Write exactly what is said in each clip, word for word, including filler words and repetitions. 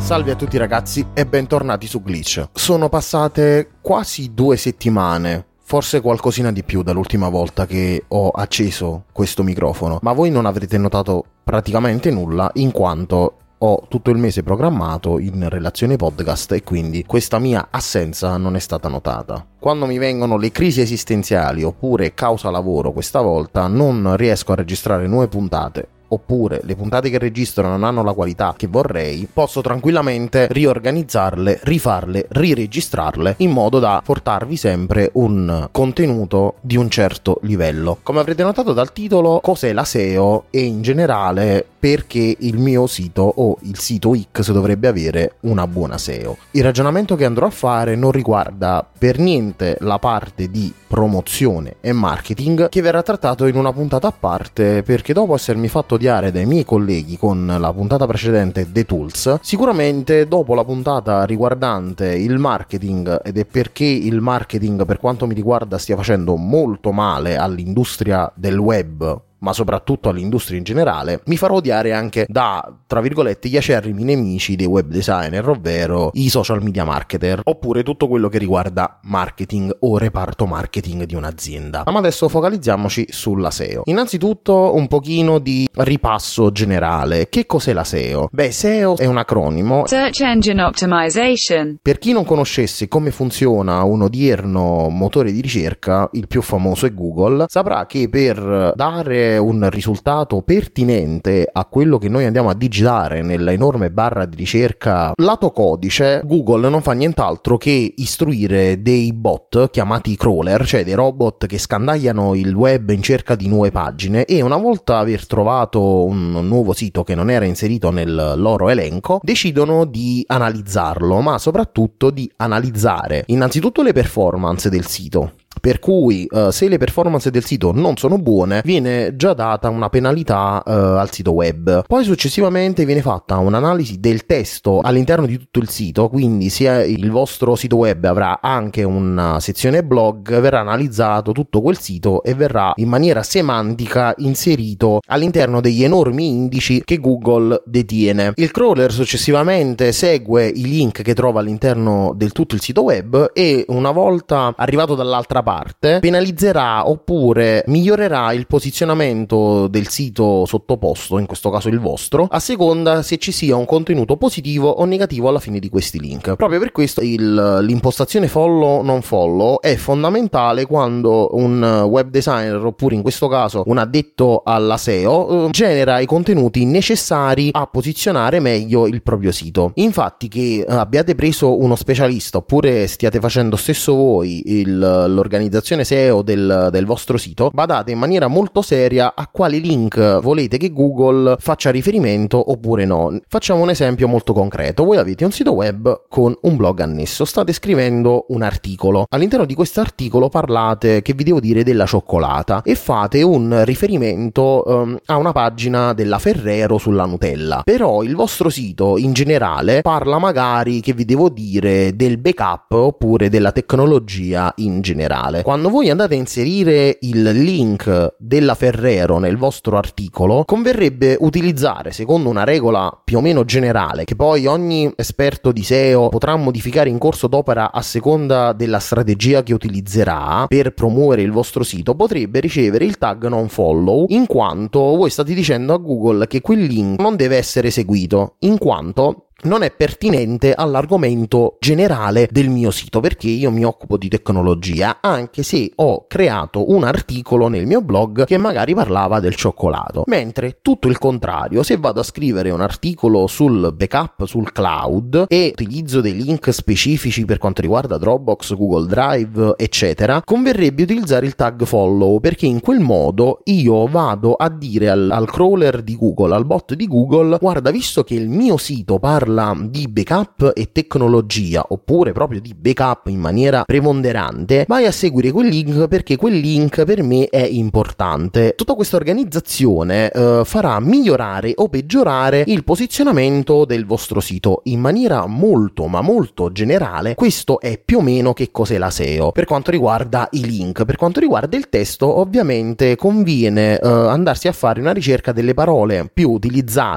Salve a tutti ragazzi e bentornati su Glitch. Sono passate quasi due settimane, forse qualcosina di più dall'ultima volta che ho acceso questo microfono, ma voi non avrete notato praticamente nulla in quanto ho tutto il mese programmato in relazione podcast e quindi questa mia assenza non è stata notata. Quando mi vengono le crisi esistenziali oppure causa lavoro questa volta non riesco a registrare nuove puntate, oppure le puntate che registro non hanno la qualità che vorrei, posso tranquillamente riorganizzarle, rifarle, riregistrarle in modo da portarvi sempre un contenuto di un certo livello. Come avrete notato dal titolo, cos'è la S E O e in generale perché il mio sito o il sito X dovrebbe avere una buona S E O. Il ragionamento che andrò a fare non riguarda per niente la parte di promozione e marketing che verrà trattato in una puntata a parte, perché dopo essermi fatto odiare dai miei colleghi con la puntata precedente The Tools, sicuramente dopo la puntata riguardante il marketing ed è perché il marketing per quanto mi riguarda stia facendo molto male all'industria del web, ma soprattutto all'industria in generale, mi farò odiare anche da, tra virgolette, gli acerrimi nemici dei web designer, ovvero i social media marketer, oppure tutto quello che riguarda marketing o reparto marketing di un'azienda. Ma adesso focalizziamoci sulla S E O. Innanzitutto un pochino di ripasso generale. Che cos'è la S E O? Beh, S E O è un acronimo Search Engine Optimization. Per chi non conoscesse come funziona un odierno motore di ricerca, il più famoso è Google, saprà che per dare un risultato pertinente a quello che noi andiamo a digitare nella enorme barra di ricerca lato codice, Google non fa nient'altro che istruire dei bot chiamati crawler, cioè dei robot che scandagliano il web in cerca di nuove pagine, e una volta aver trovato un nuovo sito che non era inserito nel loro elenco, decidono di analizzarlo, ma soprattutto di analizzare innanzitutto le performance del sito. Per cui uh, se le performance del sito non sono buone, viene già data una penalità uh, al sito web. Poi successivamente viene fatta un'analisi del testo all'interno di tutto il sito, quindi se il vostro sito web avrà anche una sezione blog, verrà analizzato tutto quel sito e verrà in maniera semantica inserito all'interno degli enormi indici che Google detiene. Il crawler successivamente segue i link che trova all'interno del tutto il sito web e una volta arrivato dall'altra parte penalizzerà oppure migliorerà il posizionamento del sito sottoposto, in questo caso il vostro, a seconda se ci sia un contenuto positivo o negativo alla fine di questi link. Proprio per questo il, l'impostazione follow non follow è fondamentale quando un web designer, oppure in questo caso un addetto alla S E O, genera i contenuti necessari a posizionare meglio il proprio sito. Infatti, che abbiate preso uno specialista oppure stiate facendo stesso voi il, l'organizzazione S E O del, del vostro sito, badate in maniera molto seria a quali link volete che Google faccia riferimento oppure no. Facciamo un esempio molto concreto. Voi avete un sito web con un blog annesso, state scrivendo un articolo, all'interno di questo articolo parlate, che vi devo dire, della cioccolata e fate un riferimento um, a una pagina della Ferrero sulla Nutella, però il vostro sito in generale parla magari, che vi devo dire, del backup oppure della tecnologia in generale. Quando voi andate a inserire il link della Ferrero nel vostro articolo, converrebbe utilizzare, secondo una regola più o meno generale, che poi ogni esperto di S E O potrà modificare in corso d'opera a seconda della strategia che utilizzerà per promuovere il vostro sito, potrebbe ricevere il tag non follow, in quanto voi state dicendo a Google che quel link non deve essere seguito, in quanto non è pertinente all'argomento generale del mio sito, perché io mi occupo di tecnologia, anche se ho creato un articolo nel mio blog che magari parlava del cioccolato. Mentre tutto il contrario, se vado a scrivere un articolo sul backup sul cloud e utilizzo dei link specifici per quanto riguarda Dropbox, Google Drive, eccetera, converrebbe utilizzare il tag follow, perché in quel modo io vado a dire al, al crawler di Google, al bot di Google: guarda, visto che il mio sito parla di backup e tecnologia, oppure proprio di backup in maniera preponderante, vai a seguire quel link perché quel link per me è importante. Tutta questa organizzazione eh, farà migliorare o peggiorare il posizionamento del vostro sito in maniera molto ma molto generale. Questo è più o meno che cos'è la S E O per quanto riguarda i link. Per quanto riguarda il testo, ovviamente conviene eh, andarsi a fare una ricerca delle parole più utilizzate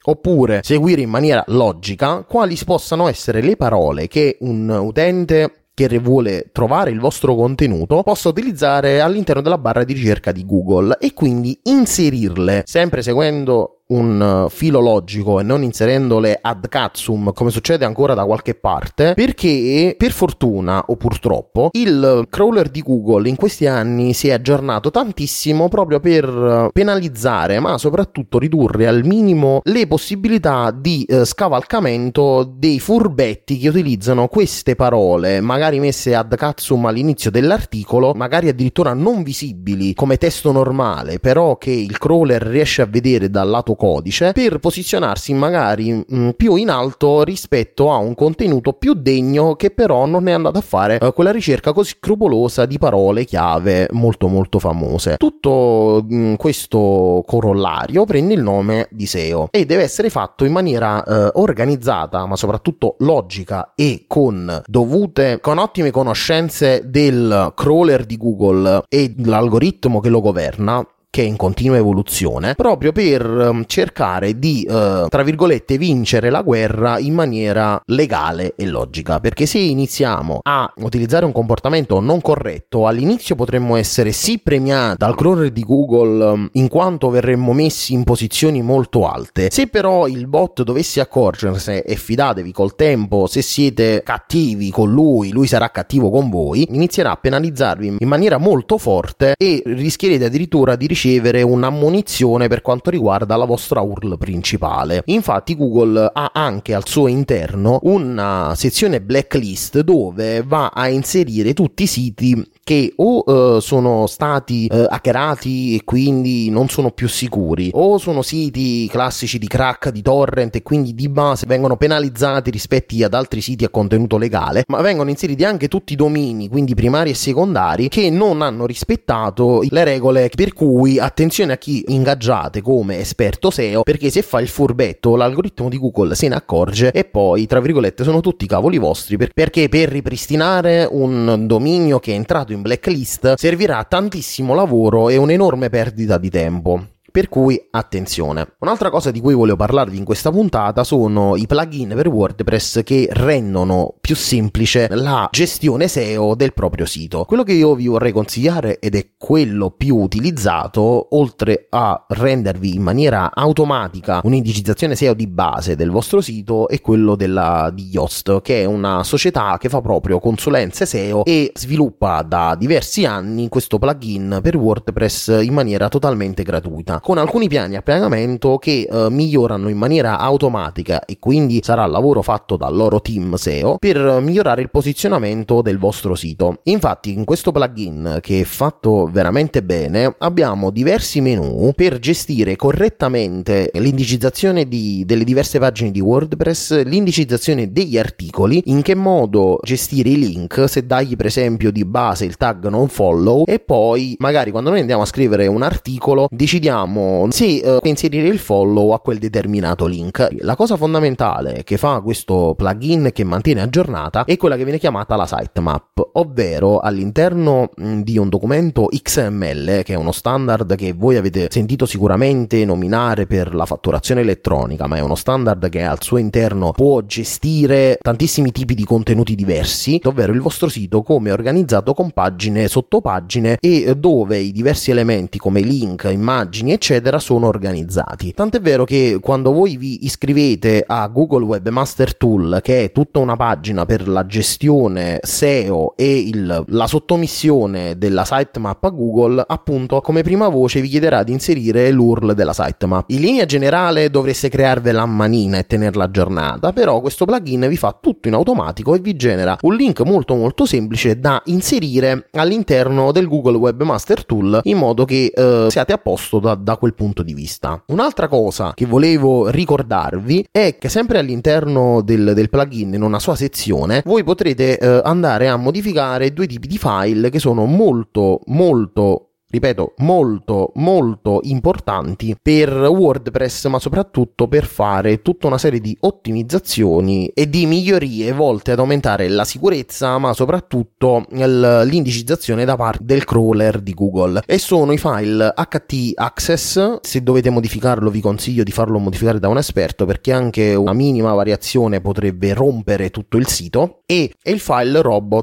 oppure seguire in maniera logica quali possano essere le parole che un utente che vuole trovare il vostro contenuto possa utilizzare all'interno della barra di ricerca di Google e quindi inserirle, sempre seguendo un filo logico e non inserendole ad cazzum come succede ancora da qualche parte, perché per fortuna o purtroppo il crawler di Google in questi anni si è aggiornato tantissimo proprio per penalizzare ma soprattutto ridurre al minimo le possibilità di eh, scavalcamento dei furbetti che utilizzano queste parole magari messe ad cazzum all'inizio dell'articolo, magari addirittura non visibili come testo normale, però che il crawler riesce a vedere dal lato codice per posizionarsi magari mh, più in alto rispetto a un contenuto più degno che però non è andato a fare eh, quella ricerca così scrupolosa di parole chiave molto molto famose. Tutto mh, questo corollario prende il nome di S E O e deve essere fatto in maniera eh, organizzata ma soprattutto logica e con dovute con ottime conoscenze del crawler di Google e l'algoritmo che lo governa, che è in continua evoluzione, proprio per um, cercare di, uh, tra virgolette, vincere la guerra in maniera legale e logica, perché se iniziamo a utilizzare un comportamento non corretto, all'inizio potremmo essere sì premiati dal crawler di Google um, in quanto verremmo messi in posizioni molto alte. Se però il bot dovesse accorgersene, e fidatevi col tempo, se siete cattivi con lui, lui sarà cattivo con voi, inizierà a penalizzarvi in maniera molto forte e rischierete addirittura di ricevere un'ammonizione per quanto riguarda la vostra U R L principale. Infatti Google ha anche al suo interno una sezione blacklist dove va a inserire tutti i siti che o uh, sono stati uh, hackerati e quindi non sono più sicuri, o sono siti classici di crack, di torrent e quindi di base vengono penalizzati rispetto ad altri siti a contenuto legale, ma vengono inseriti anche tutti i domini, quindi primari e secondari, che non hanno rispettato le regole, per cui attenzione a chi ingaggiate come esperto S E O, perché se fa il furbetto l'algoritmo di Google se ne accorge e poi tra virgolette sono tutti cavoli vostri, per- perché per ripristinare un dominio che è entrato in blacklist servirà tantissimo lavoro e un'enorme perdita di tempo. Per cui attenzione. Un'altra cosa di cui volevo parlarvi in questa puntata sono i plugin per WordPress che rendono più semplice la gestione S E O del proprio sito. Quello che io vi vorrei consigliare, ed è quello più utilizzato, oltre a rendervi in maniera automatica un'indicizzazione S E O di base del vostro sito, è quello della di Yoast, che è una società che fa proprio consulenze S E O e sviluppa da diversi anni questo plugin per WordPress in maniera totalmente gratuita, con alcuni piani a pagamento che eh, migliorano in maniera automatica, e quindi sarà lavoro fatto dal loro team S E O per migliorare il posizionamento del vostro sito. Infatti in questo plugin, che è fatto veramente bene, abbiamo diversi menu per gestire correttamente l'indicizzazione di, delle diverse pagine di WordPress, l'indicizzazione degli articoli, in che modo gestire i link, se dargli per esempio di base il tag non follow, e poi magari quando noi andiamo a scrivere un articolo decidiamo se uh, inserire il follow a quel determinato link. La cosa fondamentale che fa questo plugin, che mantiene aggiornata, è quella che viene chiamata la sitemap, ovvero all'interno mh, di un documento X M L, che è uno standard che voi avete sentito sicuramente nominare per la fatturazione elettronica, ma è uno standard che al suo interno può gestire tantissimi tipi di contenuti diversi, ovvero il vostro sito come è organizzato con pagine, sottopagine, e dove i diversi elementi come link, immagini eccetera sono organizzati. Tant'è vero che quando voi vi iscrivete a Google Webmaster Tool, che è tutta una pagina per la gestione S E O e il, la sottomissione della sitemap a Google, appunto come prima voce vi chiederà di inserire l'U R L della sitemap. In linea generale dovreste crearvela a manina e tenerla aggiornata, però questo plugin vi fa tutto in automatico e vi genera un link molto molto semplice da inserire all'interno del Google Webmaster Tool, in modo che eh, siate a posto da, da quel punto di vista. Un'altra cosa che volevo ricordarvi è che sempre all'interno del, del plugin, in una sua sezione, voi potrete eh, andare a modificare due tipi di file che sono molto molto ripeto, molto molto importanti per WordPress, ma soprattutto per fare tutta una serie di ottimizzazioni e di migliorie volte ad aumentare la sicurezza, ma soprattutto l'indicizzazione da parte del crawler di Google, e sono i file H T Access. Se dovete modificarlo vi consiglio di farlo modificare da un esperto, perché anche una minima variazione potrebbe rompere tutto il sito, e il file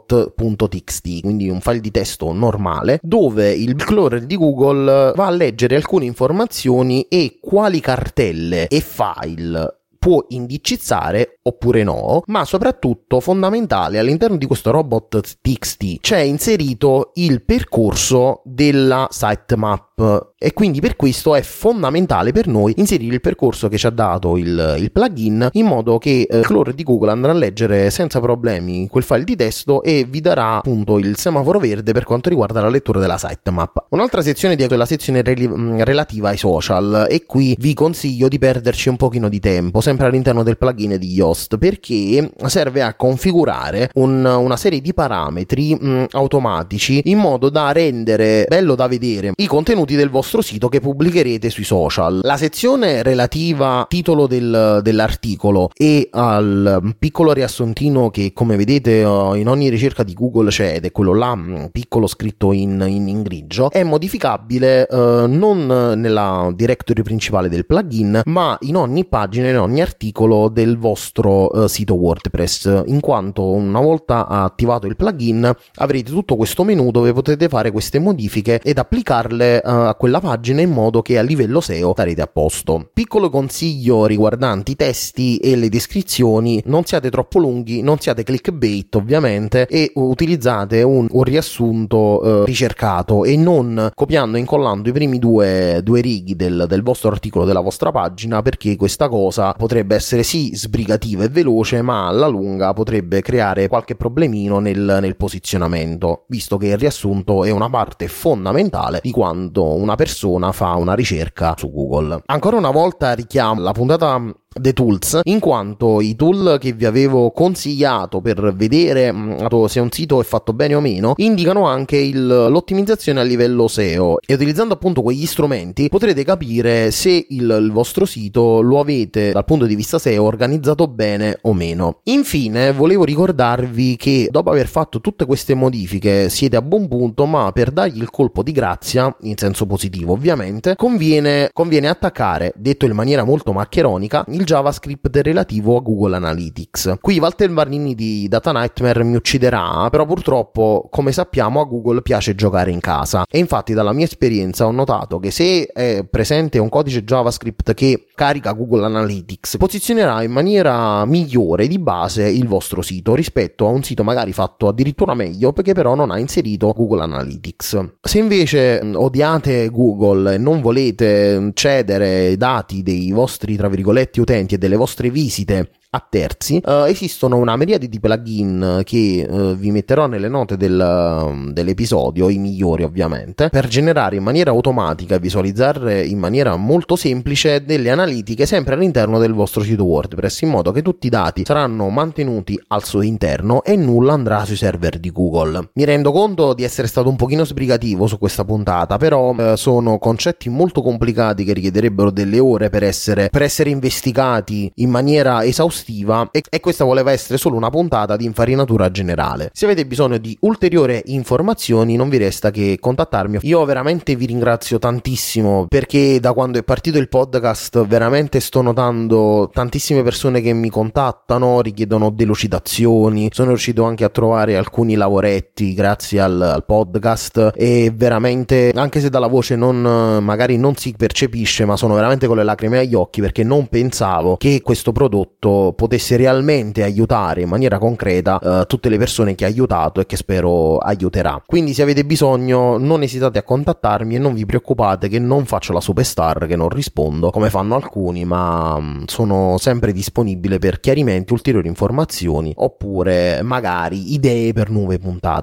robot.txt, quindi un file di testo normale dove il crawler di Google va a leggere alcune informazioni e quali cartelle e file può indicizzare oppure no, ma soprattutto fondamentale, all'interno di questo robot.txt c'è inserito il percorso della sitemap, e quindi per questo è fondamentale per noi inserire il percorso che ci ha dato il, il plugin, in modo che eh, il crawler di Google andrà a leggere senza problemi quel file di testo e vi darà appunto il semaforo verde per quanto riguarda la lettura della sitemap. Un'altra sezione di è la sezione rel- relativa ai social, e qui vi consiglio di perderci un pochino di tempo sempre all'interno del plugin di Yoast, perché serve a configurare un, una serie di parametri mh, automatici in modo da rendere bello da vedere i contenuti del vostro sito che pubblicherete sui social. La sezione relativa al titolo del, dell'articolo e al piccolo riassuntino che, come vedete, in ogni ricerca di Google c'è, ed è quello là piccolo scritto in, in, in grigio, è modificabile eh, non nella directory principale del plugin, ma in ogni pagina, in ogni articolo del vostro eh, sito WordPress, in quanto una volta attivato il plugin avrete tutto questo menu dove potete fare queste modifiche ed applicarle uh, a quella pagina, in modo che a livello S E O starete a posto. Piccolo consiglio riguardanti i testi e le descrizioni: non siate troppo lunghi, non siate clickbait ovviamente, e utilizzate un, un riassunto uh, ricercato, e non copiando e incollando i primi due, due righi del, del vostro articolo, della vostra pagina, perché questa cosa potrebbe essere sì sbrigativa e veloce, ma alla lunga potrebbe creare qualche problemino nel, nel posizionamento, visto che il riassunto è una parte fondamentale di quando una persona fa una ricerca su Google. Ancora una volta richiamo la puntata dei tools, in quanto i tool che vi avevo consigliato per vedere mh, se un sito è fatto bene o meno indicano anche il, l'ottimizzazione a livello S E O, e utilizzando appunto quegli strumenti potrete capire se il, il vostro sito lo avete dal punto di vista S E O organizzato bene o meno. Infine volevo ricordarvi che dopo aver fatto tutte queste modifiche siete a buon punto, ma per dargli il colpo di grazia, in senso positivo ovviamente, conviene, conviene attaccare, detto in maniera molto maccheronica, il JavaScript relativo a Google Analytics. Qui Walter Varnini di Data Nightmare mi ucciderà, però purtroppo, come sappiamo, a Google piace giocare in casa, e infatti dalla mia esperienza ho notato che se è presente un codice JavaScript che carica Google Analytics, posizionerà in maniera migliore di base il vostro sito rispetto a un sito magari fatto addirittura meglio, perché però non ha inserito Google Analytics. Se invece odiate Google e non volete cedere i dati dei vostri, tra virgolette, utenti e delle vostre visite a terzi, uh, esistono una miriade di plugin che uh, vi metterò nelle note del, uh, dell'episodio, i migliori ovviamente, per generare in maniera automatica e visualizzare in maniera molto semplice delle analitiche sempre all'interno del vostro sito WordPress, in modo che tutti i dati saranno mantenuti al suo interno e nulla andrà sui server di Google. Mi rendo conto di essere stato un pochino sbrigativo su questa puntata, però uh, sono concetti molto complicati che richiederebbero delle ore per essere, per essere investigati in maniera esaustiva, E, e questa voleva essere solo una puntata di infarinatura generale. Se avete bisogno di ulteriori informazioni non vi resta che contattarmi. Io veramente vi ringrazio tantissimo, perché da quando è partito il podcast veramente sto notando tantissime persone che mi contattano, richiedono delucidazioni. Sono riuscito anche a trovare alcuni lavoretti grazie al, al podcast, e veramente, anche se dalla voce non magari non si percepisce, ma sono veramente con le lacrime agli occhi, perché non pensavo che questo prodotto potesse realmente aiutare in maniera concreta uh, tutte le persone che ha aiutato e che spero aiuterà. Quindi se avete bisogno non esitate a contattarmi, e non vi preoccupate che non faccio la superstar, che non rispondo come fanno alcuni, ma um, sono sempre disponibile per chiarimenti, ulteriori informazioni, oppure magari idee per nuove puntate.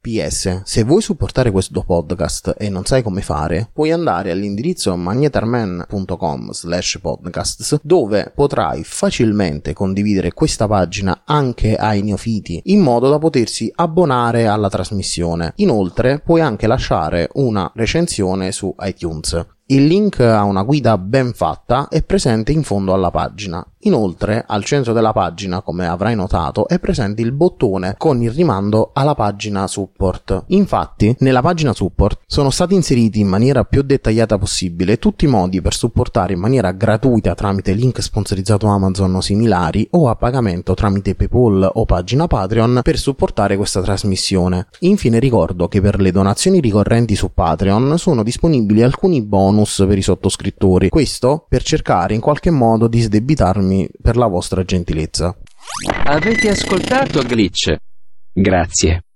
P S, se vuoi supportare questo podcast e non sai come fare, puoi andare all'indirizzo magnetarman punto com slash podcasts, dove potrai facilmente condividere questa pagina anche ai neofiti, in modo da potersi abbonare alla trasmissione. Inoltre puoi anche lasciare una recensione su iTunes. Il link a una guida ben fatta è presente in fondo alla pagina. Inoltre, al centro della pagina, come avrai notato, è presente il bottone con il rimando alla pagina support. Infatti, nella pagina support sono stati inseriti in maniera più dettagliata possibile tutti i modi per supportare in maniera gratuita tramite link sponsorizzato Amazon o similari, o a pagamento tramite PayPal o pagina Patreon per supportare questa trasmissione. Infine ricordo che per le donazioni ricorrenti su Patreon sono disponibili alcuni bonus per i sottoscrittori, questo per cercare in qualche modo di sdebitarmi per la vostra gentilezza. Avete ascoltato Glitch? Grazie.